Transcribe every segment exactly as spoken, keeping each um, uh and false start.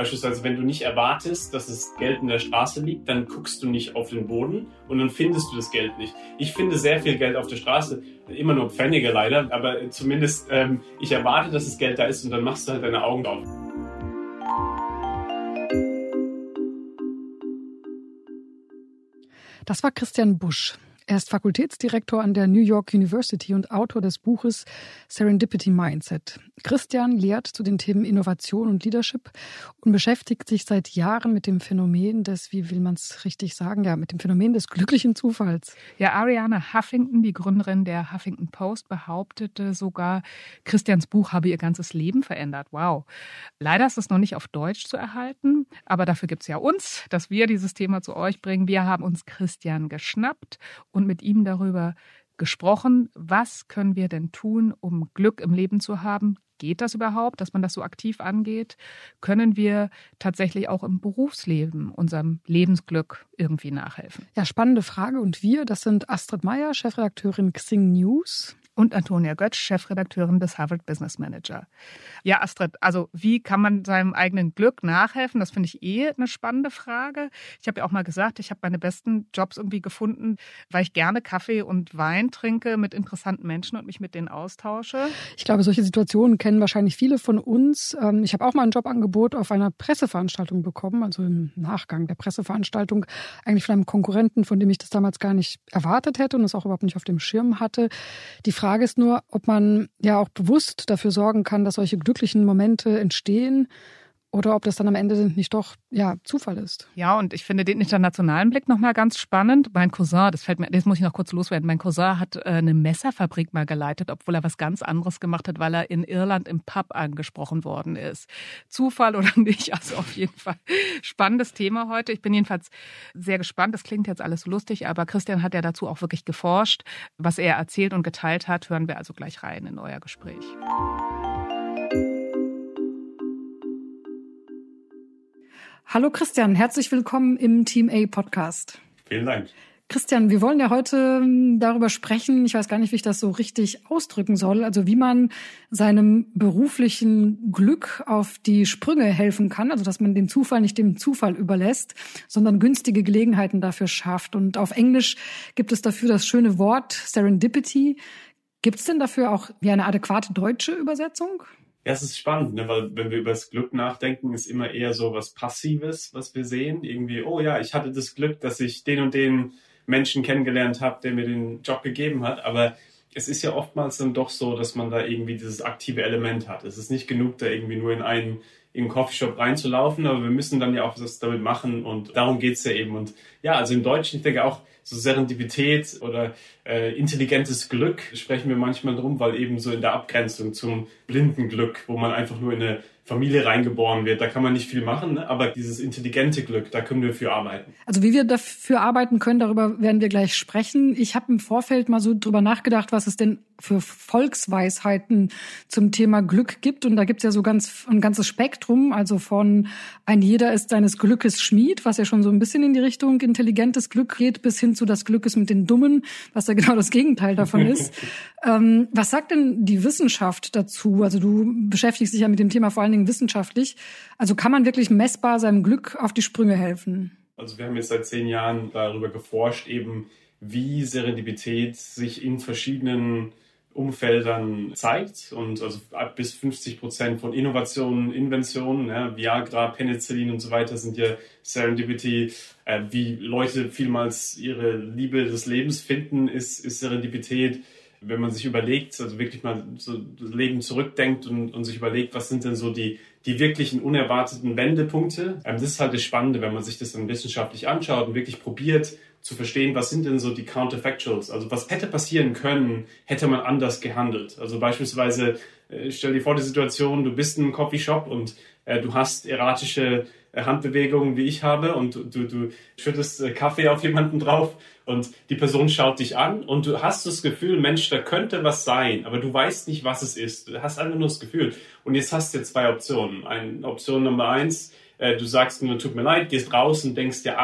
Beispielsweise, wenn du nicht erwartest, dass das Geld in der Straße liegt, dann guckst du nicht auf den Boden und dann findest du das Geld nicht. Ich finde sehr viel Geld auf der Straße, immer nur Pfennige leider, aber zumindest ähm, ich erwarte, dass das Geld da ist und dann machst du halt deine Augen auf. Das war Christian Busch. Er ist Fakultätsdirektor an der New York University und Autor des Buches Serendipity Mindset. Christian lehrt zu den Themen Innovation und Leadership und beschäftigt sich seit Jahren mit dem Phänomen des, wie will man es richtig sagen, ja, mit dem Phänomen des glücklichen Zufalls. Ja, Arianna Huffington, die Gründerin der Huffington Post, behauptete sogar, Christians Buch habe ihr ganzes Leben verändert. Wow. Leider ist es noch nicht auf Deutsch zu erhalten, aber dafür gibt es ja uns, dass wir dieses Thema zu euch bringen. Wir haben uns Christian geschnappt und mit ihm darüber gesprochen, was können wir denn tun, um Glück im Leben zu haben? Geht das überhaupt, dass man das so aktiv angeht? Können wir tatsächlich auch im Berufsleben unserem Lebensglück irgendwie nachhelfen? Ja, spannende Frage. Und wir, das sind Astrid Meyer, Chefredakteurin Xing News. Und Antonia Götsch, Chefredakteurin des Harvard Business Manager. Ja, Astrid, also wie kann man seinem eigenen Glück nachhelfen? Das finde ich eh eine spannende Frage. Ich habe ja auch mal gesagt, ich habe meine besten Jobs irgendwie gefunden, weil ich gerne Kaffee und Wein trinke mit interessanten Menschen und mich mit denen austausche. Ich glaube, solche Situationen kennen wahrscheinlich viele von uns. Ich habe auch mal ein Jobangebot auf einer Presseveranstaltung bekommen, also im Nachgang der Presseveranstaltung, eigentlich von einem Konkurrenten, von dem ich das damals gar nicht erwartet hätte und es auch überhaupt nicht auf dem Schirm hatte. Die Die Frage ist nur, ob man ja auch bewusst dafür sorgen kann, dass solche glücklichen Momente entstehen oder ob das dann am Ende nicht doch ja Zufall ist. Ja, und ich finde den internationalen Blick nochmal ganz spannend. Mein Cousin, das fällt mir, das muss ich noch kurz loswerden, mein Cousin hat äh, eine Messerfabrik mal geleitet, obwohl er was ganz anderes gemacht hat, weil er in Irland im Pub angesprochen worden ist. Zufall oder nicht, also auf jeden Fall spannendes Thema heute. Ich bin jedenfalls sehr gespannt. Das klingt jetzt alles so lustig, aber Christian hat ja dazu auch wirklich geforscht. Was er erzählt und geteilt hat, hören wir also gleich rein in euer Gespräch. Hallo Christian, herzlich willkommen im Team A Podcast. Vielen Dank. Christian, wir wollen ja heute darüber sprechen, ich weiß gar nicht, wie ich das so richtig ausdrücken soll, also wie man seinem beruflichen Glück auf die Sprünge helfen kann, also dass man den Zufall nicht dem Zufall überlässt, sondern günstige Gelegenheiten dafür schafft. Und auf Englisch gibt es dafür das schöne Wort Serendipity. Gibt es denn dafür auch wie eine adäquate deutsche Übersetzung? Ja, es ist spannend, ne? Weil wenn wir über das Glück nachdenken, ist immer eher so was Passives, was wir sehen. Irgendwie, oh ja, ich hatte das Glück, dass ich den und den Menschen kennengelernt habe, der mir den Job gegeben hat. Aber es ist ja oftmals dann doch so, dass man da irgendwie dieses aktive Element hat. Es ist nicht genug, da irgendwie nur in einen, in einen Coffeeshop reinzulaufen, aber wir müssen dann ja auch was damit machen und darum geht's ja eben. Und ja, also im Deutschen, ich denke auch, so Serendipität oder äh, intelligentes Glück sprechen wir manchmal drum, weil eben so in der Abgrenzung zum blinden Glück, wo man einfach nur in eine Familie reingeboren wird, da kann man nicht viel machen, ne? Aber dieses intelligente Glück, da können wir für arbeiten. Also wie wir dafür arbeiten können, darüber werden wir gleich sprechen. Ich habe im Vorfeld mal so drüber nachgedacht, was es denn für Volksweisheiten zum Thema Glück gibt. Und da gibt es ja so ganz ein ganzes Spektrum, also von ein jeder ist seines Glückes Schmied, was ja schon so ein bisschen in die Richtung intelligentes Glück geht, bis hin zu das Glück ist mit den Dummen, was ja genau das Gegenteil davon ist. ähm, was sagt denn die Wissenschaft dazu? Also du beschäftigst dich ja mit dem Thema vor allen Dingen wissenschaftlich. Also kann man wirklich messbar seinem Glück auf die Sprünge helfen? Also wir haben jetzt seit zehn Jahren darüber geforscht, eben wie Serendipität sich in verschiedenen Umfeldern zeigt und also bis fünfzig Prozent von Innovationen, Inventionen, ja, Viagra, Penicillin und so weiter sind ja Serendipity. Äh, wie Leute vielmals ihre Liebe des Lebens finden, ist, ist Serendipität. Wenn man sich überlegt, also wirklich mal so das Leben zurückdenkt und, und sich überlegt, was sind denn so die, die wirklichen unerwarteten Wendepunkte. Ähm, das ist halt das Spannende, wenn man sich das dann wissenschaftlich anschaut und wirklich probiert zu verstehen, was sind denn so die Counterfactuals, also was hätte passieren können, hätte man anders gehandelt. Also beispielsweise, äh, stell dir vor die Situation, du bist in einem Coffeeshop und äh, du hast erratische äh, Handbewegungen, wie ich habe, und du, du schüttest äh, Kaffee auf jemanden drauf und die Person schaut dich an und du hast das Gefühl, Mensch, da könnte was sein, aber du weißt nicht, was es ist. Du hast einfach nur das Gefühl. Und jetzt hast du zwei Optionen. Eine Option Nummer eins, äh, du sagst nur, tut mir leid, gehst raus und denkst dir, ah,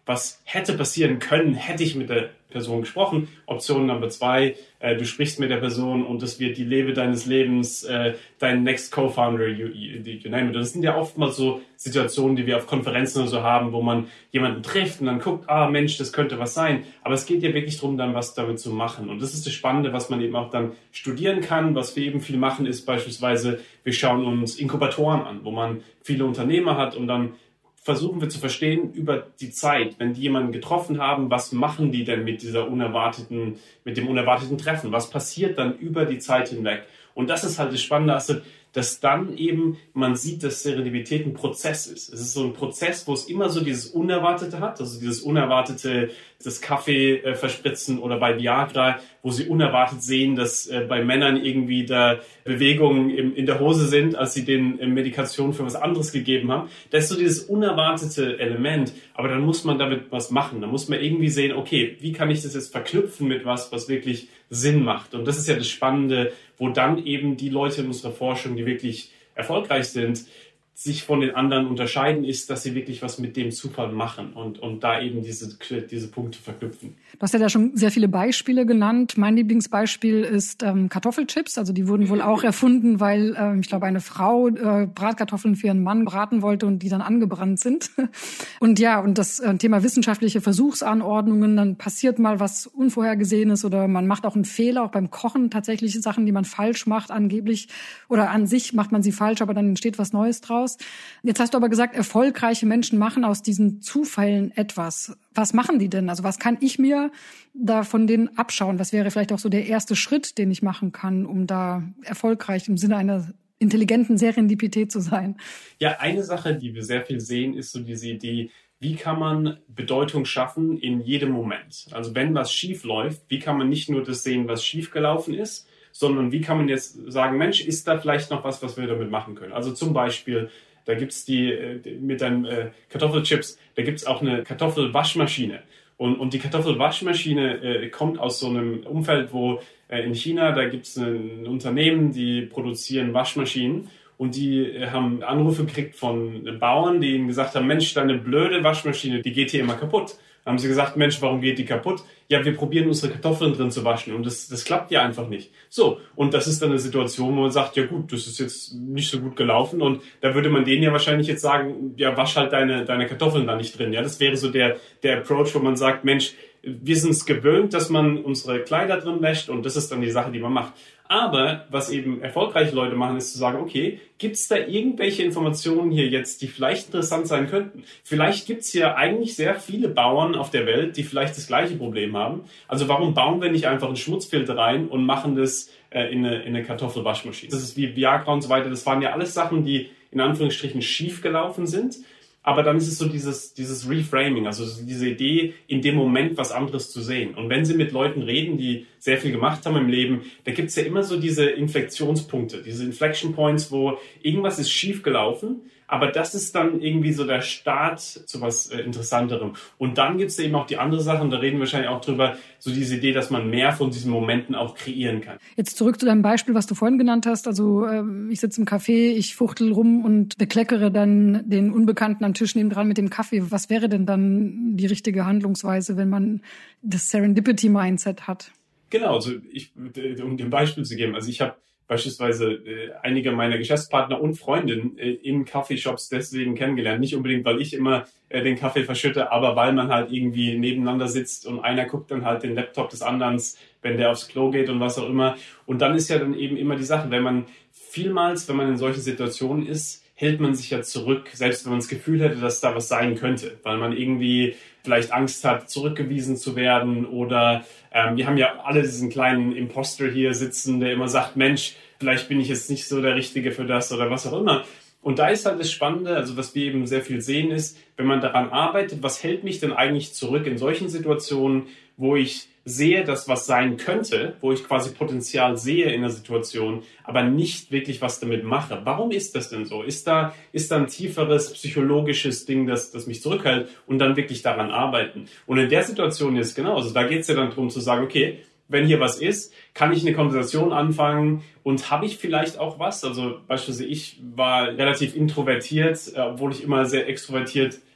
was hätte passieren können, hätte ich mit der Person gesprochen. Option Nummer zwei, äh, du sprichst mit der Person und das wird die Liebe deines Lebens, äh, dein next Co-Founder, you, you, you name it. Das sind ja oftmals so Situationen, die wir auf Konferenzen oder so haben, wo man jemanden trifft und dann guckt, ah Mensch, das könnte was sein. Aber es geht ja wirklich darum, dann was damit zu machen. Und das ist das Spannende, was man eben auch dann studieren kann. Was wir eben viel machen, ist beispielsweise, wir schauen uns Inkubatoren an, wo man viele Unternehmer hat und dann versuchen wir zu verstehen über die Zeit, wenn die jemanden getroffen haben, was machen die denn mit dieser unerwarteten, mit dem unerwarteten Treffen? Was passiert dann über die Zeit hinweg? Und das ist halt das Spannende, also, dass dann eben man sieht, dass Serendipität ein Prozess ist. Es ist so ein Prozess, wo es immer so dieses Unerwartete hat, also dieses Unerwartete, das Kaffee äh, verspritzen oder bei Viagra, wo sie unerwartet sehen, dass äh, bei Männern irgendwie da Bewegungen im, in der Hose sind, als sie denen äh, Medikation für was anderes gegeben haben. Das ist so dieses unerwartete Element, aber dann muss man damit was machen. Dann muss man irgendwie sehen, okay, wie kann ich das jetzt verknüpfen mit was, was wirklich Sinn macht? Und das ist ja das Spannende, wo dann eben die Leute in unserer Forschung, die wirklich erfolgreich sind, sich von den anderen unterscheiden, ist, dass sie wirklich was mit dem Zufall machen und, und da eben diese, diese Punkte verknüpfen. Du hast ja da schon sehr viele Beispiele genannt. Mein Lieblingsbeispiel ist ähm, Kartoffelchips. Also die wurden wohl auch erfunden, weil ähm, ich glaube, eine Frau äh, Bratkartoffeln für ihren Mann braten wollte und die dann angebrannt sind. Und ja, und das äh, Thema wissenschaftliche Versuchsanordnungen, dann passiert mal was Unvorhergesehenes oder man macht auch einen Fehler, auch beim Kochen tatsächlich Sachen, die man falsch macht, angeblich oder an sich macht man sie falsch, aber dann entsteht was Neues draus. Jetzt hast du aber gesagt, erfolgreiche Menschen machen aus diesen Zufällen etwas. Was machen die denn? Also was kann ich mir da von denen abschauen? Was wäre vielleicht auch so der erste Schritt, den ich machen kann, um da erfolgreich im Sinne einer intelligenten Serendipität zu sein? Ja, eine Sache, die wir sehr viel sehen, ist so diese Idee, wie kann man Bedeutung schaffen in jedem Moment? Also wenn was schief läuft, wie kann man nicht nur das sehen, was schief gelaufen ist, sondern wie kann man jetzt sagen, Mensch, ist da vielleicht noch was, was wir damit machen können? Also zum Beispiel, da gibt's die, mit deinen äh, Kartoffelchips, da gibt's auch eine Kartoffelwaschmaschine. Und, und die Kartoffelwaschmaschine äh, kommt aus so einem Umfeld, wo äh, in China, da gibt's ein Unternehmen, die produzieren Waschmaschinen. Und die äh, haben Anrufe gekriegt von Bauern, die ihnen gesagt haben, Mensch, deine blöde Waschmaschine, die geht hier immer kaputt. Haben sie gesagt, Mensch, warum geht die kaputt? Ja, wir probieren unsere Kartoffeln drin zu waschen und das, das klappt ja einfach nicht. So, und das ist dann eine Situation, wo man sagt, ja gut, das ist jetzt nicht so gut gelaufen und da würde man denen ja wahrscheinlich jetzt sagen, ja, wasch halt deine, deine Kartoffeln da nicht drin. Ja, das wäre so der, der Approach, wo man sagt, Mensch, wir sind es gewöhnt, dass man unsere Kleider drin wäscht und das ist dann die Sache, die man macht. Aber was eben erfolgreiche Leute machen, ist zu sagen, okay, gibt es da irgendwelche Informationen hier jetzt, die vielleicht interessant sein könnten? Vielleicht gibt es hier eigentlich sehr viele Bauern auf der Welt, die vielleicht das gleiche Problem haben. Also warum bauen wir nicht einfach einen Schmutzfilter rein und machen das äh, in, eine, in eine Kartoffelwaschmaschine? Das ist wie Viagra und so weiter. Das waren ja alles Sachen, die in Anführungsstrichen schief gelaufen sind. Aber dann ist es so dieses, dieses Reframing, also diese Idee, in dem Moment was anderes zu sehen. Und wenn Sie mit Leuten reden, die sehr viel gemacht haben im Leben, da gibt es ja immer so diese Inflektionspunkte, diese Inflection Points, wo irgendwas ist schief gelaufen, aber das ist dann irgendwie so der Start zu was äh, Interessanterem. Und dann gibt es eben auch die andere Sache, und da reden wir wahrscheinlich auch drüber, so diese Idee, dass man mehr von diesen Momenten auch kreieren kann. Jetzt zurück zu deinem Beispiel, was du vorhin genannt hast. Also ähm, ich sitze im Café, ich fuchtel rum und bekleckere dann den Unbekannten am Tisch nebendran mit dem Kaffee. Was wäre denn dann die richtige Handlungsweise, wenn man das Serendipity-Mindset hat? Genau, also ich, um dir ein Beispiel zu geben, also ich habe beispielsweise äh, einige meiner Geschäftspartner und Freundinnen äh, in Coffeeshops deswegen kennengelernt. Nicht unbedingt, weil ich immer äh, den Kaffee verschütte, aber weil man halt irgendwie nebeneinander sitzt und einer guckt dann halt den Laptop des anderen, wenn der aufs Klo geht und was auch immer. Und dann ist ja dann eben immer die Sache, wenn man vielmals, wenn man in solchen Situationen ist, hält man sich ja zurück, selbst wenn man das Gefühl hätte, dass da was sein könnte, weil man irgendwie vielleicht Angst hat, zurückgewiesen zu werden oder ähm, wir haben ja alle diesen kleinen Imposter hier sitzen, der immer sagt, Mensch, vielleicht bin ich jetzt nicht so der Richtige für das oder was auch immer. Und da ist halt das Spannende, also was wir eben sehr viel sehen ist, wenn man daran arbeitet, was hält mich denn eigentlich zurück in solchen Situationen, wo ich sehe, dass was sein könnte, wo ich quasi Potenzial sehe in der Situation, aber nicht wirklich was damit mache. Warum ist das denn so? Ist da, ist da ein tieferes psychologisches Ding, das, das mich zurückhält und dann wirklich daran arbeiten? Und in der Situation ist genauso. Da geht es ja dann darum zu sagen, okay, wenn hier was ist, kann ich eine Konversation anfangen und habe ich vielleicht auch was? Also beispielsweise ich war relativ introvertiert, obwohl ich immer sehr extrovertiert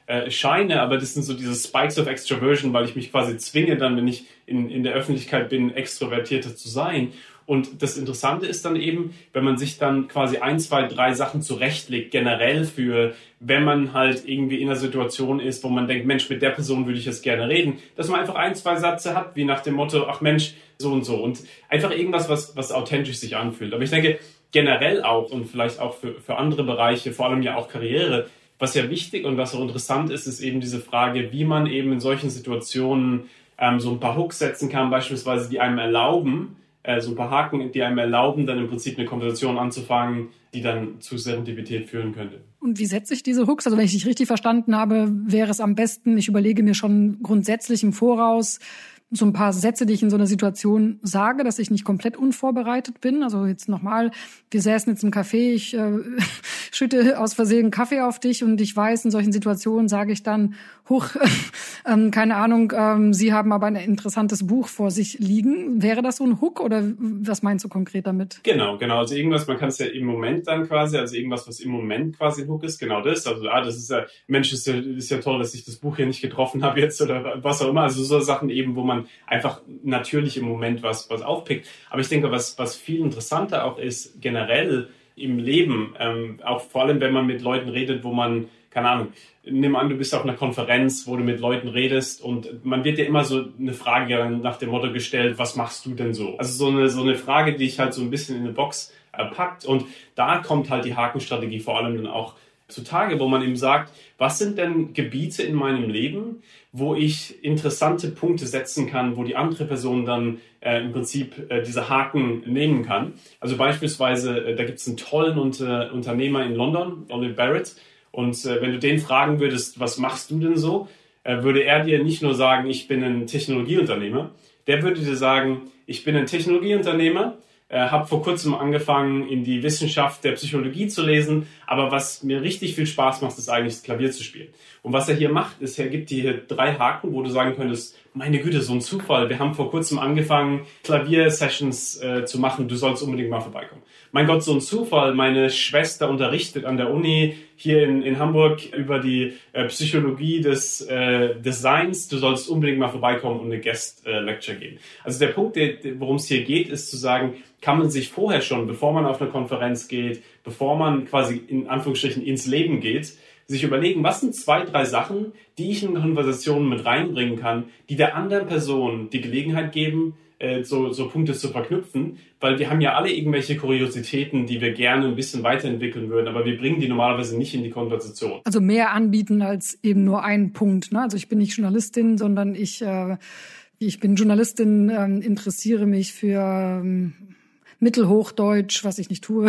äh, scheine, aber das sind so diese Spikes of Extroversion, weil ich mich quasi zwinge dann, wenn ich in, in der Öffentlichkeit bin, extrovertierter zu sein. Und das Interessante ist dann eben, wenn man sich dann quasi ein, zwei, drei Sachen zurechtlegt, generell für, wenn man halt irgendwie in einer Situation ist, wo man denkt, Mensch, mit der Person würde ich jetzt gerne reden, dass man einfach ein, zwei Sätze hat, wie nach dem Motto, ach Mensch, so und so. Und einfach irgendwas, was, was authentisch sich anfühlt. Aber ich denke, generell auch und vielleicht auch für, für andere Bereiche, vor allem ja auch Karriere, was ja wichtig und was auch interessant ist, ist eben diese Frage, wie man eben in solchen Situationen ähm, so ein paar Hooks setzen kann, beispielsweise, die einem erlauben, so ein paar Haken, die einem erlauben, dann im Prinzip eine Konversation anzufangen, die dann zu Serendipität führen könnte. Und wie setze ich diese Hooks? Also wenn ich dich richtig verstanden habe, wäre es am besten, ich überlege mir schon grundsätzlich im Voraus so ein paar Sätze, die ich in so einer Situation sage, dass ich nicht komplett unvorbereitet bin. Also jetzt nochmal, wir säßen jetzt im Café, ich äh, schütte aus Versehen Kaffee auf dich und ich weiß, in solchen Situationen sage ich dann, huch, ähm, keine Ahnung, ähm, Sie haben aber ein interessantes Buch vor sich liegen. Wäre das so ein Hook oder was meinst du konkret damit? Genau, genau. Also irgendwas, man kann es ja im Moment dann quasi, also irgendwas, was im Moment quasi ein Hook ist, genau das. Also ah, das ist ja, Mensch, ist ja, ist ja toll, dass ich das Buch hier nicht getroffen habe jetzt oder was auch immer. Also so Sachen eben, wo man einfach natürlich im Moment was, was aufpickt. Aber ich denke, was, was viel interessanter auch ist, generell im Leben, ähm, auch vor allem, wenn man mit Leuten redet, wo man, keine Ahnung, nimm an, du bist auf einer Konferenz, wo du mit Leuten redest und man wird dir immer so eine Frage nach dem Motto gestellt, was machst du denn so? Also so eine, so eine Frage, die dich halt so ein bisschen in eine Box äh, packt und da kommt halt die Hakenstrategie vor allem dann auch zutage, wo man eben sagt, was sind denn Gebiete in meinem Leben, wo ich interessante Punkte setzen kann, wo die andere Person dann äh, im Prinzip äh, diese Haken nehmen kann. Also beispielsweise, äh, da gibt es einen tollen unter, Unternehmer in London, Oliver Barrett, und äh, wenn du den fragen würdest, was machst du denn so, äh, würde er dir nicht nur sagen, ich bin ein Technologieunternehmer, der würde dir sagen, ich bin ein Technologieunternehmer, Äh, habe vor kurzem angefangen, in die Wissenschaft der Psychologie zu lesen, aber was mir richtig viel Spaß macht, ist eigentlich das Klavier zu spielen. Und was er hier macht, ist, er gibt dir hier drei Haken, wo du sagen könntest, meine Güte, so ein Zufall, wir haben vor kurzem angefangen, Klavier-Sessions äh, zu machen, du sollst unbedingt mal vorbeikommen. Mein Gott, so ein Zufall, meine Schwester unterrichtet an der Uni hier in, in Hamburg über die äh, Psychologie des äh, Designs, du sollst unbedingt mal vorbeikommen und eine Guest-Lecture äh, geben. Also der Punkt, worum es hier geht, ist zu sagen, kann man sich vorher schon, bevor man auf eine Konferenz geht, bevor man quasi in Anführungsstrichen ins Leben geht, sich überlegen, was sind zwei, drei Sachen, die ich in Konversationen mit reinbringen kann, die der anderen Person die Gelegenheit geben, äh, so, so Punkte zu verknüpfen, weil wir haben ja alle irgendwelche Kuriositäten, die wir gerne ein bisschen weiterentwickeln würden, aber wir bringen die normalerweise nicht in die Konversation. Also mehr anbieten als eben nur einen Punkt, ne? Also ich bin nicht Journalistin, sondern ich, äh, ich bin Journalistin, äh, interessiere mich für ähm, Mittelhochdeutsch, was ich nicht tue,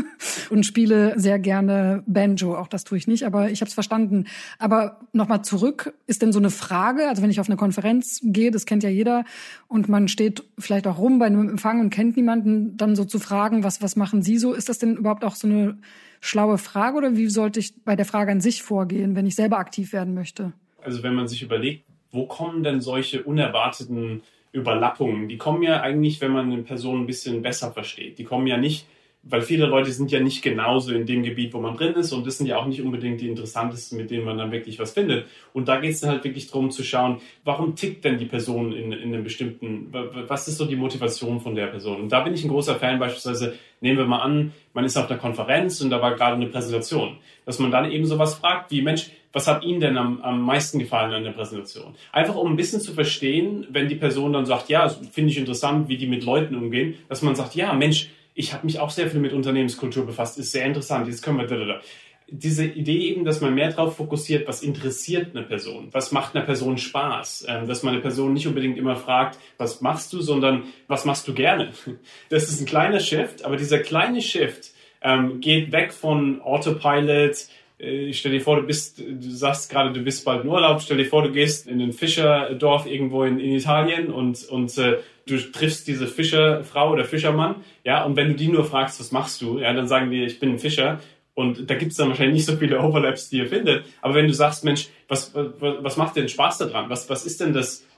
und spiele sehr gerne Banjo. Auch das tue ich nicht, aber ich habe es verstanden. Aber nochmal zurück, ist denn so eine Frage, also wenn ich auf eine Konferenz gehe, das kennt ja jeder, und man steht vielleicht auch rum bei einem Empfang und kennt niemanden, dann so zu fragen, was, was machen Sie so? Ist das denn überhaupt auch so eine schlaue Frage oder wie sollte ich bei der Frage an sich vorgehen, wenn ich selber aktiv werden möchte? Also wenn man sich überlegt, wo kommen denn solche unerwarteten Überlappungen, die kommen ja eigentlich, wenn man eine Person ein bisschen besser versteht. Die kommen ja nicht, weil viele Leute sind ja nicht genauso in dem Gebiet, wo man drin ist und das sind ja auch nicht unbedingt die interessantesten, mit denen man dann wirklich was findet. Und da geht es dann halt wirklich darum zu schauen, warum tickt denn die Person in, in einem bestimmten, was ist so die Motivation von der Person? Und da bin ich ein großer Fan, beispielsweise, nehmen wir mal an, man ist auf einer Konferenz und da war gerade eine Präsentation, dass man dann eben sowas fragt wie, Mensch, was hat Ihnen denn am, am meisten gefallen an der Präsentation? Einfach um ein bisschen zu verstehen, wenn die Person dann sagt, ja, finde ich interessant, wie die mit Leuten umgehen, dass man sagt, ja, Mensch, ich habe mich auch sehr viel mit Unternehmenskultur befasst, ist sehr interessant, jetzt können wir da, da, da. Diese Idee eben, dass man mehr darauf fokussiert, was interessiert eine Person, was macht einer Person Spaß, ähm, dass man eine Person nicht unbedingt immer fragt, was machst du, sondern was machst du gerne. Das ist ein kleiner Shift, aber dieser kleine Shift ähm, geht weg von Autopilot. Äh, stell dir vor, du bist, du sagst gerade, du bist bald in Urlaub, stell dir vor, du gehst in ein Fischerdorf irgendwo in, in Italien und, und äh, du triffst diese Fischerfrau oder Fischermann, ja, und wenn du die nur fragst, was machst du, ja, dann sagen die, ich bin ein Fischer. Und da gibt es dann wahrscheinlich nicht so viele Overlaps, die ihr findet. Aber wenn du sagst, Mensch, was, was, was macht denn Spaß daran? Was, was ist denn das,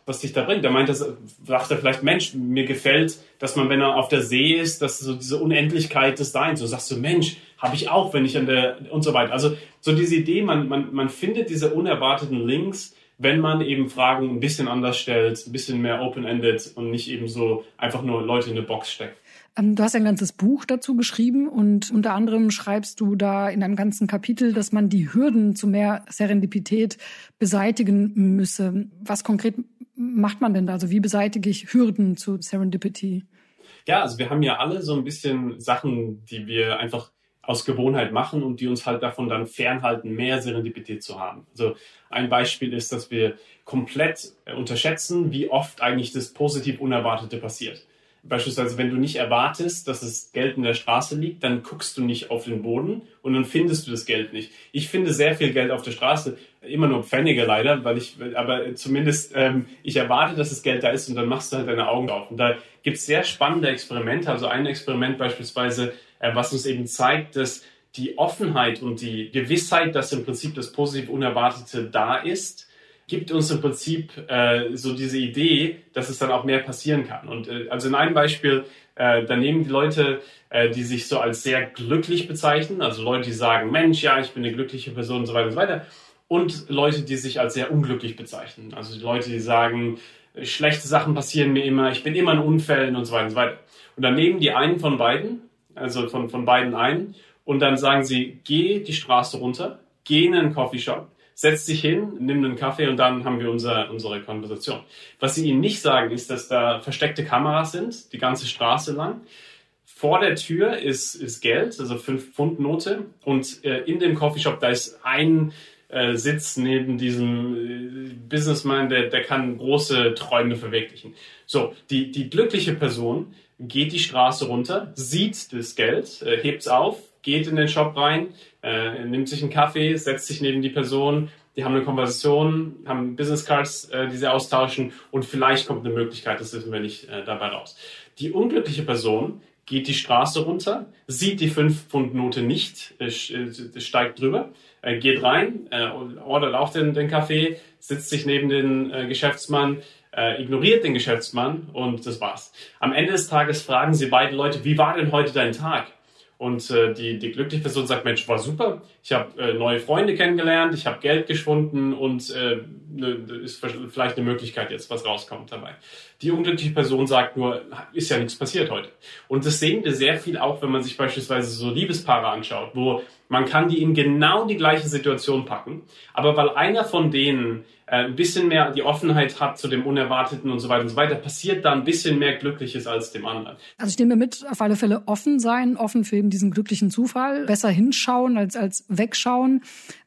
was dich da bringt. Er meinte, sagt er vielleicht, Mensch, mir gefällt, dass man, wenn er auf der See ist, dass so diese Unendlichkeit des Seins, so sagst du, Mensch, habe ich auch, wenn ich an der, und so weiter. Also so diese Idee, man, man, man findet diese unerwarteten Links, wenn man eben Fragen ein bisschen anders stellt, ein bisschen mehr open-ended und nicht eben so einfach nur Leute in eine Box steckt. Du hast ein ganzes Buch dazu geschrieben und unter anderem schreibst du da in einem ganzen Kapitel, dass man die Hürden zu mehr Serendipität beseitigen müsse. Was konkret macht man denn da? Also wie beseitige ich Hürden zu Serendipity? Ja, also wir haben ja alle so ein bisschen Sachen, die wir einfach aus Gewohnheit machen und die uns halt davon dann fernhalten, mehr Serendipität zu haben. Also ein Beispiel ist, dass wir komplett unterschätzen, wie oft eigentlich das positiv Unerwartete passiert. Beispielsweise, wenn du nicht erwartest, dass das Geld in der Straße liegt, dann guckst du nicht auf den Boden und dann findest du das Geld nicht. Ich finde sehr viel Geld auf der Straße, immer nur Pfennige leider, weil ich, aber zumindest ähm, ich erwarte, dass das Geld da ist und dann machst du halt deine Augen auf. Und da gibt es sehr spannende Experimente. Also ein Experiment beispielsweise, äh, was uns eben zeigt, dass die Offenheit und die Gewissheit, dass im Prinzip das positiv Unerwartete da ist, gibt uns im Prinzip äh, so diese Idee, dass es dann auch mehr passieren kann. Und äh, also in einem Beispiel, äh, da nehmen die Leute, äh, die sich so als sehr glücklich bezeichnen, also Leute, die sagen, Mensch, ja, ich bin eine glückliche Person und so weiter und so weiter, und Leute, die sich als sehr unglücklich bezeichnen. Also die Leute, die sagen, schlechte Sachen passieren mir immer, ich bin immer in Unfällen und so weiter und so weiter. Und dann nehmen die einen von beiden, also von, von beiden einen, und dann sagen sie, geh die Straße runter, geh in einen Coffeeshop, setz dich hin, nimm einen Kaffee und dann haben wir unser, unsere Konversation. Was sie ihnen nicht sagen, ist, dass da versteckte Kameras sind, die ganze Straße lang. Vor der Tür ist, ist Geld, also fünf Pfund Note. Und äh, in dem Coffeeshop, da ist ein äh, Sitz neben diesem äh, Businessman, der, der kann große Träume verwirklichen. So, die, die glückliche Person geht die Straße runter, sieht das Geld, äh, hebt's auf, geht in den Shop rein, äh, nimmt sich einen Kaffee, setzt sich neben die Person, die haben eine Konversation, haben Business Cards, äh, die sie austauschen und vielleicht kommt eine Möglichkeit, das wissen wir nicht, äh, dabei raus. Die unglückliche Person geht die Straße runter, sieht die fünf Pfund Note nicht, äh, steigt drüber, äh, geht rein, äh, ordert auch den, den Kaffee, sitzt sich neben den äh, Geschäftsmann, äh, ignoriert den Geschäftsmann und das war's. Am Ende des Tages fragen sie beide Leute, wie war denn heute dein Tag? Und äh, die, die glückliche Person sagt, Mensch, war super, ich habe äh, neue Freunde kennengelernt, ich habe Geld geschwunden und äh, ne, ist vielleicht eine Möglichkeit jetzt, was rauskommt dabei. Die unglückliche Person sagt nur, ist ja nichts passiert heute. Und das sehen wir sehr viel auch, wenn man sich beispielsweise so Liebespaare anschaut, wo man kann die in genau die gleiche Situation packen, aber weil einer von denen äh, ein bisschen mehr die Offenheit hat zu dem Unerwarteten und so weiter und so weiter, passiert da ein bisschen mehr Glückliches als dem anderen. Also ich nehme mit, auf alle Fälle offen sein, offen für eben diesen glücklichen Zufall, besser hinschauen als, als wegschauen.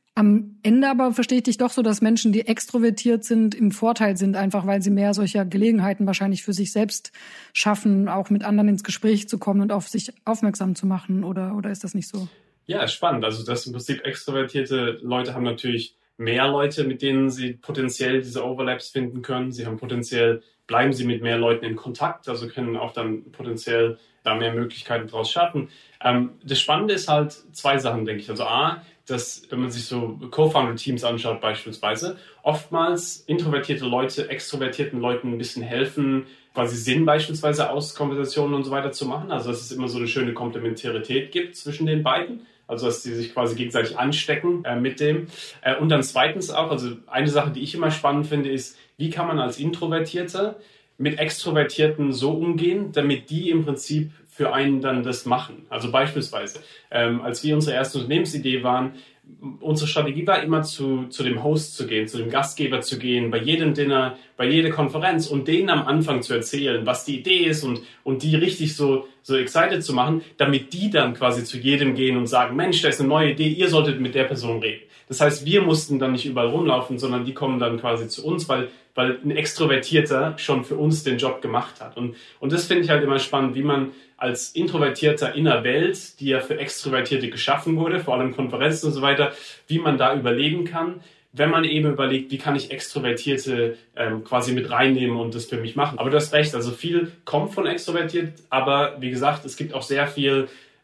Am Ende aber verstehe ich dich doch so, dass Menschen, die extrovertiert sind, im Vorteil sind, einfach weil sie mehr solcher Gelegenheiten wahrscheinlich für sich selbst schaffen, auch mit anderen ins Gespräch zu kommen und auf sich aufmerksam zu machen. Oder, oder ist das nicht so? Ja, ist spannend. Also das im Prinzip extrovertierte Leute haben natürlich mehr Leute, mit denen sie potenziell diese Overlaps finden können. Sie haben potenziell, bleiben sie mit mehr Leuten in Kontakt, also können auch dann potenziell da mehr Möglichkeiten draus schaffen. Ähm, das Spannende ist halt zwei Sachen, denke ich. Also A, dass, wenn man sich so Co-Founder-Teams anschaut beispielsweise, oftmals introvertierte Leute extrovertierten Leuten ein bisschen helfen, quasi Sinn beispielsweise aus Konversationen und so weiter zu machen. Also dass es immer so eine schöne Komplementarität gibt zwischen den beiden. Also dass die sich quasi gegenseitig anstecken äh, mit dem. Äh, und dann zweitens auch, also eine Sache, die ich immer spannend finde, ist, wie kann man als Introvertierter mit Extrovertierten so umgehen, damit die im Prinzip für einen dann das machen. Also beispielsweise, ähm, als wir unsere erste Unternehmensidee waren, unsere Strategie war immer zu, zu dem Host zu gehen, zu dem Gastgeber zu gehen, bei jedem Dinner, bei jeder Konferenz und denen am Anfang zu erzählen, was die Idee ist und, und die richtig so, so excited zu machen, damit die dann quasi zu jedem gehen und sagen, Mensch, da ist eine neue Idee, ihr solltet mit der Person reden. Das heißt, wir mussten dann nicht überall rumlaufen, sondern die kommen dann quasi zu uns, weil, weil ein Extrovertierter schon für uns den Job gemacht hat. Und, und das finde ich halt immer spannend, wie man als Introvertierter in einer Welt, die ja für Extrovertierte geschaffen wurde, vor allem Konferenzen und so weiter, wie man da überleben kann, wenn man eben überlegt, wie kann ich Extrovertierte ähm, quasi mit reinnehmen und das für mich machen. Aber du hast recht, also viel kommt von extrovertiert, aber wie gesagt, es gibt auch sehr viel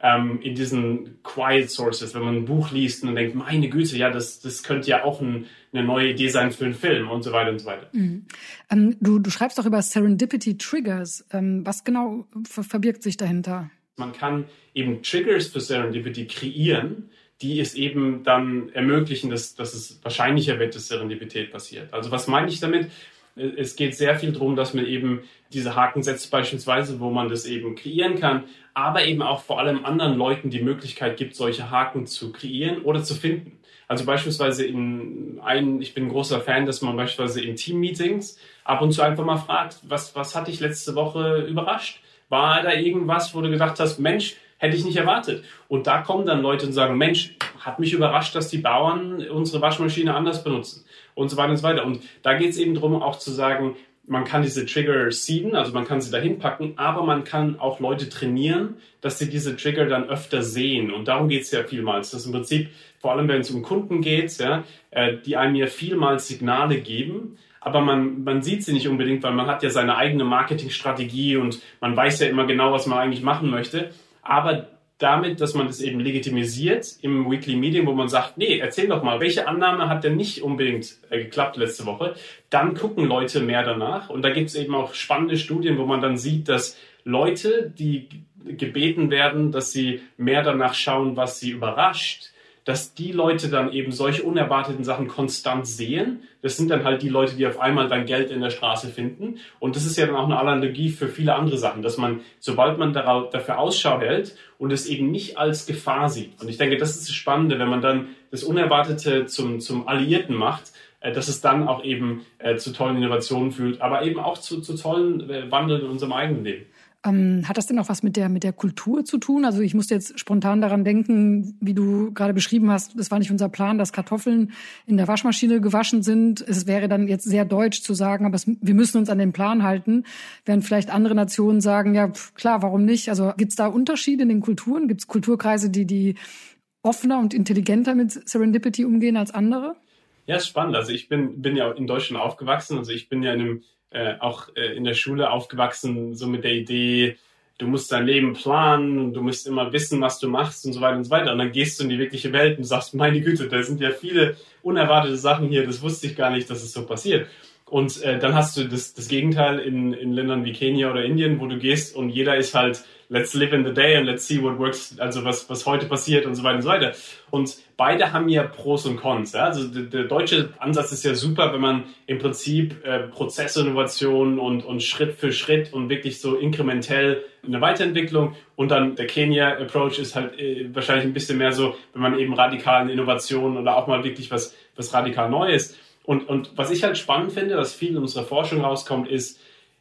ähm, in diesen Quiet Sources, wenn man ein Buch liest und denkt, meine Güte, ja, das, das könnte ja auch ein, eine neue Idee sein für einen Film und so weiter und so weiter. Mhm. Ähm, du, du schreibst auch über Serendipity Triggers. Ähm, was genau ver- verbirgt sich dahinter? Man kann eben Triggers für Serendipity kreieren, die es eben dann ermöglichen, dass, dass es wahrscheinlicher wird, dass Serendipität passiert. Also was meine ich damit? Es geht sehr viel darum, dass man eben diese Haken setzt beispielsweise, wo man das eben kreieren kann, aber eben auch vor allem anderen Leuten die Möglichkeit gibt, solche Haken zu kreieren oder zu finden. Also beispielsweise in ein, ich bin ein großer Fan, dass man beispielsweise in Team-Meetings ab und zu einfach mal fragt, was, was hat dich letzte Woche überrascht? War da irgendwas, wo du gedacht hast, Mensch, hätte ich nicht erwartet. Und da kommen dann Leute und sagen, Mensch, hat mich überrascht, dass die Bauern unsere Waschmaschine anders benutzen und so weiter und so weiter. Und da geht es eben darum, auch zu sagen, man kann diese Trigger seeden, also man kann sie dahin packen, aber man kann auch Leute trainieren, dass sie diese Trigger dann öfter sehen. Und darum geht es ja vielmals. Das ist im Prinzip, vor allem wenn es um Kunden geht, ja, die einem ja vielmals Signale geben, aber man, man sieht sie nicht unbedingt, weil man hat ja seine eigene Marketingstrategie und man weiß ja immer genau, was man eigentlich machen möchte. Aber damit, dass man das eben legitimisiert im Weekly Meeting, wo man sagt, nee, erzähl doch mal, welche Annahme hat denn nicht unbedingt äh, geklappt letzte Woche? Dann gucken Leute mehr danach. Und da gibt es eben auch spannende Studien, wo man dann sieht, dass Leute, die gebeten werden, dass sie mehr danach schauen, was sie überrascht, dass die Leute dann eben solche unerwarteten Sachen konstant sehen. Das sind dann halt die Leute, die auf einmal dann Geld in der Straße finden. Und das ist ja dann auch eine Analogie für viele andere Sachen, dass man, sobald man darauf, dafür Ausschau hält und es eben nicht als Gefahr sieht. Und ich denke, das ist das Spannende, wenn man dann das Unerwartete zum, zum Alliierten macht, äh, dass es dann auch eben äh, zu tollen Innovationen führt, aber eben auch zu, zu tollen äh, Wandeln in unserem eigenen Leben. Ähm, hat das denn auch was mit der, mit der Kultur zu tun? Also ich musste jetzt spontan daran denken, wie du gerade beschrieben hast, das war nicht unser Plan, dass Kartoffeln in der Waschmaschine gewaschen sind. Es wäre dann jetzt sehr deutsch zu sagen, aber es, wir müssen uns an den Plan halten. Während vielleicht andere Nationen sagen, ja pf, klar, warum nicht? Also gibt es da Unterschiede in den Kulturen? Gibt es Kulturkreise, die, die offener und intelligenter mit Serendipity umgehen als andere? Ja, ist spannend. Also ich bin, bin ja in Deutschland aufgewachsen. Also ich bin ja in einem Äh, auch äh, in der Schule aufgewachsen, so mit der Idee, du musst dein Leben planen und du musst immer wissen, was du machst und so weiter und so weiter. Und dann gehst du in die wirkliche Welt und sagst, meine Güte, da sind ja viele unerwartete Sachen hier, das wusste ich gar nicht, dass es so passiert. Und äh, dann hast du das, das Gegenteil in, in Ländern wie Kenia oder Indien, wo du gehst und jeder ist halt, let's live in the day and let's see what works, also was, was heute passiert und so weiter und so weiter. Und beide haben ja Pros und Cons. Ja? Also der, der deutsche Ansatz ist ja super, wenn man im Prinzip äh, Prozessinnovation und, und Schritt für Schritt und wirklich so inkrementell eine Weiterentwicklung, und dann der Kenia-Approach ist halt äh, wahrscheinlich ein bisschen mehr so, wenn man eben radikalen Innovationen oder auch mal wirklich was, was radikal Neues. Und, und was ich halt spannend finde, was viel in unserer Forschung rauskommt, ist,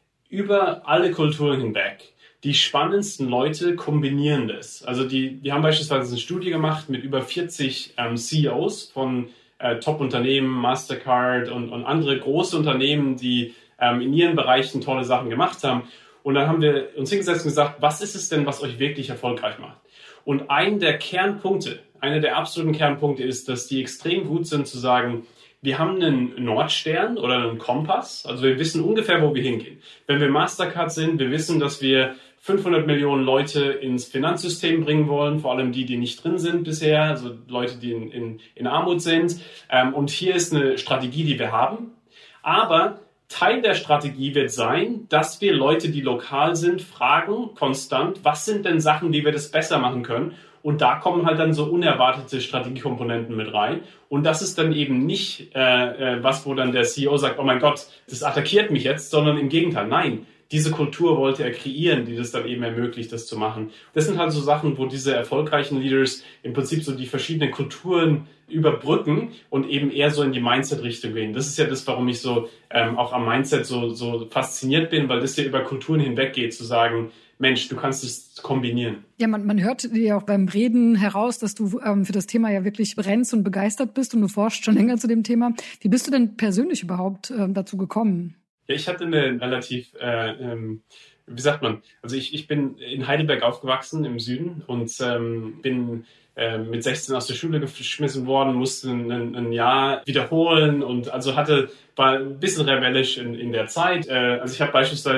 über alle Kulturen hinweg, die spannendsten Leute kombinieren das. Also die, wir haben beispielsweise eine Studie gemacht mit über vierzig ähm, C E Os von äh, Top-Unternehmen, Mastercard und, und andere große Unternehmen, die ähm, in ihren Bereichen tolle Sachen gemacht haben. Und dann haben wir uns hingesetzt und gesagt, was ist es denn, was euch wirklich erfolgreich macht? Und ein der Kernpunkte, einer der absoluten Kernpunkte ist, dass die extrem gut sind zu sagen, wir haben einen Nordstern oder einen Kompass, also wir wissen ungefähr, wo wir hingehen. Wenn wir Mastercard sind, wir wissen, dass wir fünfhundert Millionen Leute ins Finanzsystem bringen wollen, vor allem die, die nicht drin sind bisher, also Leute, die in, in, in Armut sind. Und hier ist eine Strategie, die wir haben. Aber Teil der Strategie wird sein, dass wir Leute, die lokal sind, fragen konstant, was sind denn Sachen, wie wir das besser machen können? Und da kommen halt dann so unerwartete Strategiekomponenten mit rein. Und das ist dann eben nicht äh, was, wo dann der C E O sagt, oh mein Gott, das attackiert mich jetzt, sondern im Gegenteil, nein, diese Kultur wollte er kreieren, die das dann eben ermöglicht, das zu machen. Das sind halt so Sachen, wo diese erfolgreichen Leaders im Prinzip so die verschiedenen Kulturen überbrücken und eben eher so in die Mindset-Richtung gehen. Das ist ja das, warum ich so ähm, auch am Mindset so, so fasziniert bin, weil das ja über Kulturen hinweggeht, zu sagen, Mensch, du kannst es kombinieren. Ja, man, man hört dir ja auch beim Reden heraus, dass du ähm, für das Thema ja wirklich brennst und begeistert bist und du forschst schon länger zu dem Thema. Wie bist du denn persönlich überhaupt ähm, dazu gekommen? Ja, ich hatte eine relativ, äh, ähm, wie sagt man, also ich, ich bin in Heidelberg aufgewachsen im Süden und ähm, bin äh, mit sechzehn aus der Schule geschmissen worden, musste ein, ein Jahr wiederholen und also hatte, war ein bisschen rebellisch in, in der Zeit. Äh, also ich habe beispielsweise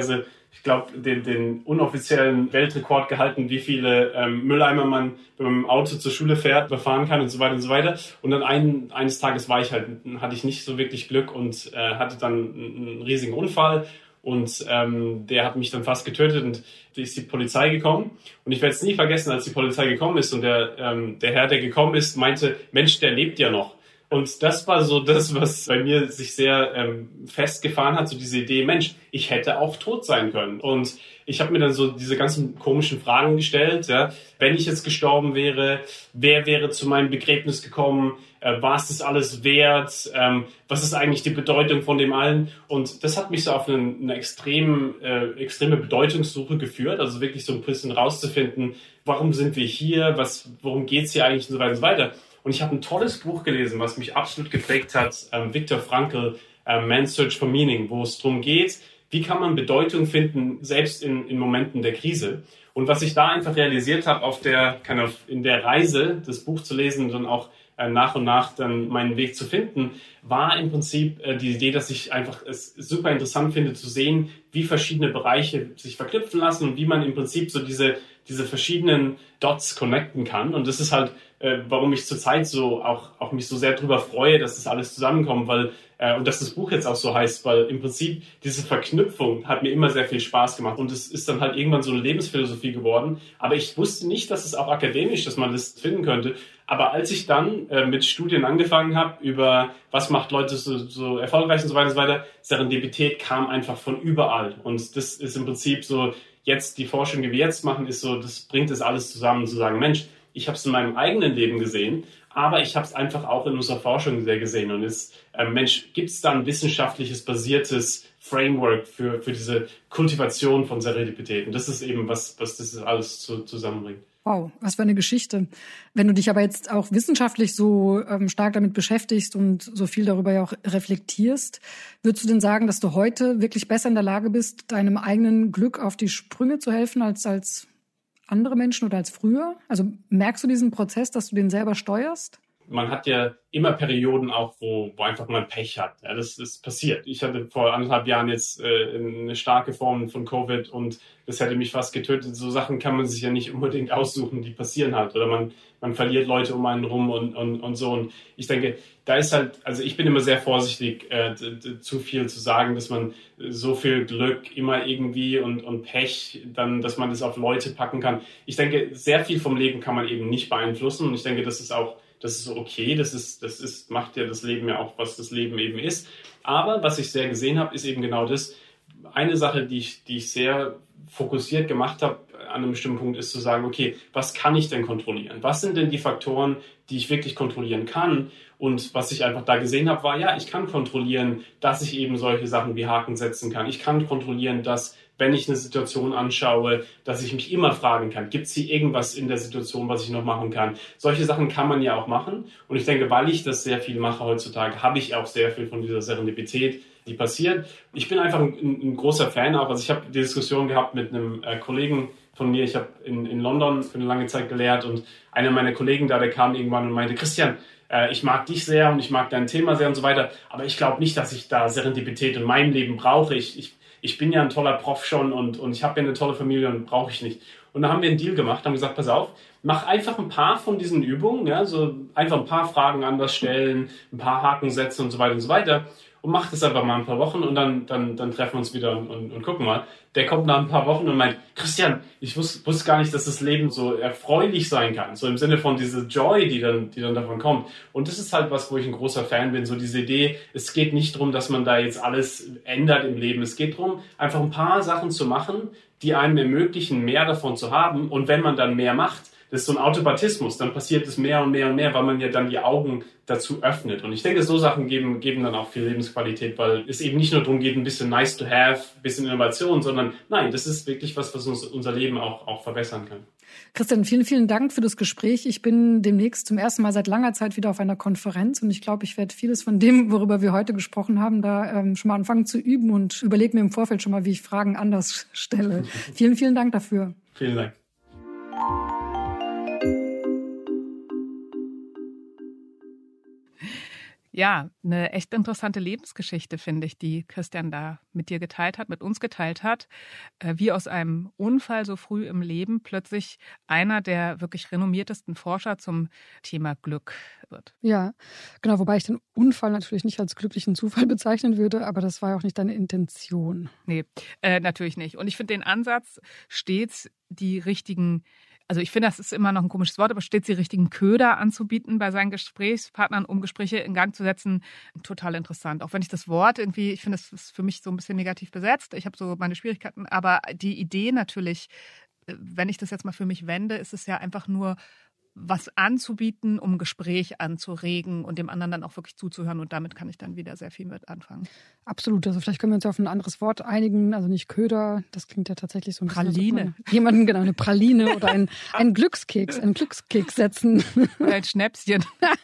ich glaube, den, den unoffiziellen Weltrekord gehalten, wie viele ähm, Mülleimer man, wenn man mit dem Auto zur Schule fährt, befahren kann und so weiter und so weiter. Und dann ein, eines Tages war ich halt, hatte ich nicht so wirklich Glück und äh, hatte dann einen riesigen Unfall. Und ähm, der hat mich dann fast getötet und da ist die Polizei gekommen. Und ich werde es nie vergessen, als die Polizei gekommen ist und der, ähm, der Herr, der gekommen ist, meinte, Mensch, der lebt ja noch. Und das war so das, was bei mir sich sehr ähm, festgefahren hat, so diese Idee, Mensch, ich hätte auch tot sein können. Und ich habe mir dann so diese ganzen komischen Fragen gestellt, ja, wenn ich jetzt gestorben wäre, wer wäre zu meinem Begräbnis gekommen, äh, war es das alles wert, ähm, was ist eigentlich die Bedeutung von dem allen? Und das hat mich so auf eine, eine extrem, äh, extreme Bedeutungssuche geführt, also wirklich so ein bisschen rauszufinden, warum sind wir hier, was, worum geht's hier eigentlich und so weiter und so weiter. Und ich habe ein tolles Buch gelesen, was mich absolut geprägt hat, ähm, Viktor Frankl, äh, Man's Search for Meaning, wo es darum geht, wie kann man Bedeutung finden, selbst in, in Momenten der Krise. Und was ich da einfach realisiert habe, auf der, kind of, in der Reise, das Buch zu lesen und dann auch äh, nach und nach dann meinen Weg zu finden, war im Prinzip äh, die Idee, dass ich einfach es super interessant finde zu sehen, wie verschiedene Bereiche sich verknüpfen lassen und wie man im Prinzip so diese, diese verschiedenen Dots connecten kann. Und das ist halt, äh, warum ich zurzeit so auch, auch mich so sehr drüber freue, dass das alles zusammenkommt, weil äh, und dass das Buch jetzt auch so heißt, weil im Prinzip diese Verknüpfung hat mir immer sehr viel Spaß gemacht und es ist dann halt irgendwann so eine Lebensphilosophie geworden. Aber ich wusste nicht, dass es auch akademisch, dass man das finden könnte. Aber als ich dann äh, mit Studien angefangen habe über was macht Leute so, so erfolgreich und so weiter und so weiter, Serendipität kam einfach von überall. Und das ist im Prinzip so, jetzt die Forschung, die wir jetzt machen, ist so, das bringt es alles zusammen, zu sagen, Mensch, ich habe es in meinem eigenen Leben gesehen, aber ich habe es einfach auch in unserer Forschung sehr gesehen. Und ist, äh, Mensch, gibt es da ein wissenschaftliches, basiertes Framework für, für diese Kultivation von Serendipität? Und das ist eben, was, was das alles zu, zusammenbringt. Wow, was für eine Geschichte. Wenn du dich aber jetzt auch wissenschaftlich so ähm, stark damit beschäftigst und so viel darüber ja auch reflektierst, würdest du denn sagen, dass du heute wirklich besser in der Lage bist, deinem eigenen Glück auf die Sprünge zu helfen als als andere Menschen oder als früher? Also merkst du diesen Prozess, dass du den selber steuerst? Man hat ja immer Perioden auch, wo, wo einfach mal Pech hat. Ja, das ist passiert. Ich hatte vor anderthalb Jahren jetzt äh, eine starke Form von Covid und das hätte mich fast getötet. So Sachen kann man sich ja nicht unbedingt aussuchen, die passieren halt. Oder man, man verliert Leute um einen rum und, und, und so. Und ich denke, da ist halt, also ich bin immer sehr vorsichtig, äh, d, d, zu viel zu sagen, dass man so viel Glück immer irgendwie und, und Pech, dann, dass man das auf Leute packen kann. Ich denke, sehr viel vom Leben kann man eben nicht beeinflussen und ich denke, das ist auch Das ist okay, das ist, das ist, macht ja das Leben ja auch, was das Leben eben ist. Aber was ich sehr gesehen habe, ist eben genau das. Eine Sache, die ich, die ich sehr fokussiert gemacht habe an einem bestimmten Punkt, ist zu sagen, okay, was kann ich denn kontrollieren? Was sind denn die Faktoren, die ich wirklich kontrollieren kann? Und was ich einfach da gesehen habe, war, ja, ich kann kontrollieren, dass ich eben solche Sachen wie Haken setzen kann. Ich kann kontrollieren, dass, wenn ich eine Situation anschaue, dass ich mich immer fragen kann, gibt es hier irgendwas in der Situation, was ich noch machen kann? Solche Sachen kann man ja auch machen. Und ich denke, weil ich das sehr viel mache heutzutage, habe ich auch sehr viel von dieser Serendipität, die passiert. Ich bin einfach ein, ein großer Fan auch. Also ich habe die Diskussion gehabt mit einem äh, Kollegen von mir. Ich habe in, in London für eine lange Zeit gelehrt und einer meiner Kollegen da, der kam irgendwann und meinte, Christian, äh, ich mag dich sehr und ich mag dein Thema sehr und so weiter, aber ich glaube nicht, dass ich da Serendipität in meinem Leben brauche. Ich, ich Ich bin ja ein toller Prof schon und, und ich habe ja eine tolle Familie und brauche ich nicht. Und da haben wir einen Deal gemacht, haben gesagt, pass auf, mach einfach ein paar von diesen Übungen, ja, so einfach ein paar Fragen anders stellen, ein paar Haken setzen und so weiter und so weiter und mach das einfach mal ein paar Wochen und dann, dann, dann treffen wir uns wieder und, und, und gucken mal. Der kommt nach ein paar Wochen und meint, Christian, ich wusste, wusste gar nicht, dass das Leben so erfreulich sein kann, so im Sinne von diese Joy, die dann, die dann davon kommt. Und das ist halt was, wo ich ein großer Fan bin, so diese Idee, es geht nicht darum, dass man da jetzt alles ändert im Leben. Es geht darum, einfach ein paar Sachen zu machen, die einem ermöglichen, mehr davon zu haben. Und wenn man dann mehr macht, das ist so ein Automatismus, dann passiert es mehr und mehr und mehr, weil man ja dann die Augen dazu öffnet. Und ich denke, so Sachen geben, geben dann auch viel Lebensqualität, weil es eben nicht nur darum geht, ein bisschen nice to have, ein bisschen Innovation, sondern nein, das ist wirklich was, was uns unser Leben auch, auch verbessern kann. Christian, vielen, vielen Dank für das Gespräch. Ich bin demnächst zum ersten Mal seit langer Zeit wieder auf einer Konferenz und ich glaube, ich werde vieles von dem, worüber wir heute gesprochen haben, da ähm, schon mal anfangen zu üben und überlege mir im Vorfeld schon mal, wie ich Fragen anders stelle. Vielen, vielen Dank dafür. Vielen Dank. Ja, eine echt interessante Lebensgeschichte, finde ich, die Christian da mit dir geteilt hat, mit uns geteilt hat. Wie aus einem Unfall so früh im Leben plötzlich einer der wirklich renommiertesten Forscher zum Thema Glück wird. Ja, genau, wobei ich den Unfall natürlich nicht als glücklichen Zufall bezeichnen würde, aber das war ja auch nicht deine Intention. Nee, äh, natürlich nicht. Und ich finde den Ansatz, stets die richtigen Also ich finde, das ist immer noch ein komisches Wort, aber stets die richtigen Köder anzubieten bei seinen Gesprächspartnern, um Gespräche in Gang zu setzen, total interessant. Auch wenn ich das Wort irgendwie, ich finde, das ist für mich so ein bisschen negativ besetzt. Ich habe so meine Schwierigkeiten, aber die Idee natürlich, wenn ich das jetzt mal für mich wende, ist es ja einfach nur, was anzubieten, um ein Gespräch anzuregen und dem anderen dann auch wirklich zuzuhören. Und damit kann ich dann wieder sehr viel mit anfangen. Absolut. Also vielleicht können wir uns ja auf ein anderes Wort einigen. Also nicht Köder, das klingt ja tatsächlich so ein bisschen... Praline. So, jemanden, genau, eine Praline oder ein, ein Glückskeks, einen Glückskeks setzen. Oder ein Schnäpschen.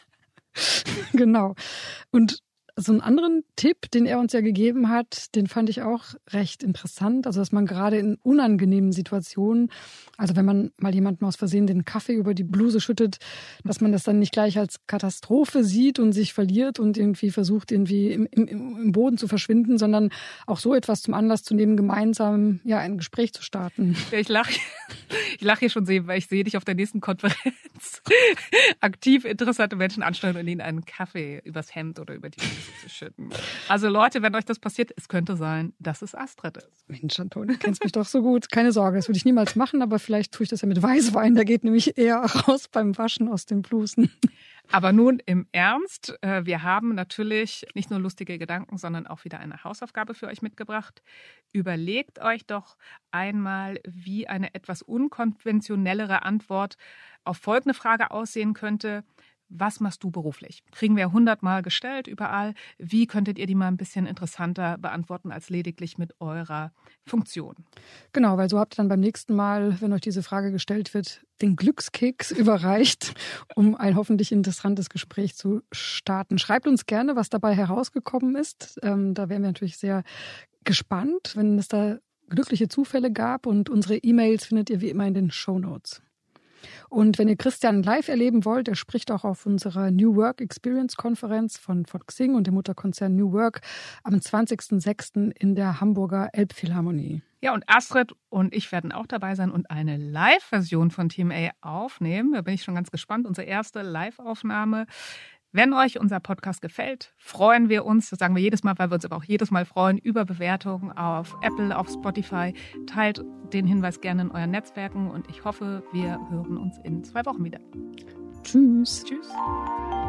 Genau. Und so einen anderen Tipp, den er uns ja gegeben hat, den fand ich auch recht interessant. Also, dass man gerade in unangenehmen Situationen, also wenn man mal jemandem aus Versehen den Kaffee über die Bluse schüttet, dass man das dann nicht gleich als Katastrophe sieht und sich verliert und irgendwie versucht, irgendwie im, im, im Boden zu verschwinden, sondern auch so etwas zum Anlass zu nehmen, gemeinsam ja ein Gespräch zu starten. Ja, ich lache ich lach hier schon sehen, weil ich sehe dich auf der nächsten Konferenz aktiv interessante Menschen ansteuern und ihnen einen Kaffee übers Hemd oder über die Bluse zu schütten. Also Leute, wenn euch das passiert, es könnte sein, dass es Astrid ist. Mensch, Anton, du kennst mich doch so gut. Keine Sorge, das würde ich niemals machen, aber vielleicht tue ich das ja mit Weißwein. Der geht nämlich eher raus beim Waschen aus den Blusen. Aber nun im Ernst, wir haben natürlich nicht nur lustige Gedanken, sondern auch wieder eine Hausaufgabe für euch mitgebracht. Überlegt euch doch einmal, wie eine etwas unkonventionellere Antwort auf folgende Frage aussehen könnte. Was machst du beruflich? Kriegen wir hundertmal gestellt überall. Wie könntet ihr die mal ein bisschen interessanter beantworten als lediglich mit eurer Funktion? Genau, weil so habt ihr dann beim nächsten Mal, wenn euch diese Frage gestellt wird, den Glückskeks überreicht, um ein hoffentlich interessantes Gespräch zu starten. Schreibt uns gerne, was dabei herausgekommen ist. Ähm, da wären wir natürlich sehr gespannt, wenn es da glückliche Zufälle gab. Und unsere E-Mails findet ihr wie immer in den Shownotes. Und wenn ihr Christian live erleben wollt, er spricht auch auf unserer New Work Experience Konferenz von, von Xing und dem Mutterkonzern New Work am zwanzigsten sechsten in der Hamburger Elbphilharmonie. Ja, und Astrid und ich werden auch dabei sein und eine Live-Version von Team A aufnehmen. Da bin ich schon ganz gespannt. Unsere erste Live-Aufnahme. Wenn euch unser Podcast gefällt, freuen wir uns, das sagen wir jedes Mal, weil wir uns aber auch jedes Mal freuen, über Bewertungen auf Apple, auf Spotify. Teilt den Hinweis gerne in euren Netzwerken und ich hoffe, wir hören uns in zwei Wochen wieder. Tschüss. Tschüss.